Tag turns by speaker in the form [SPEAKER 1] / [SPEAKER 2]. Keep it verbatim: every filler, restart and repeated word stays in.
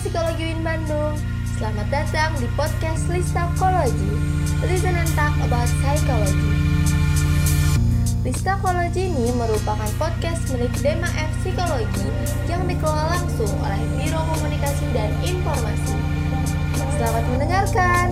[SPEAKER 1] Psikologi U I N Bandung. Selamat datang di podcast Listakology. Listen and talk about psychology. Listakology ini merupakan podcast milik Dema F Psikologi yang dikelola langsung oleh Biro Komunikasi dan Informasi. Selamat mendengarkan.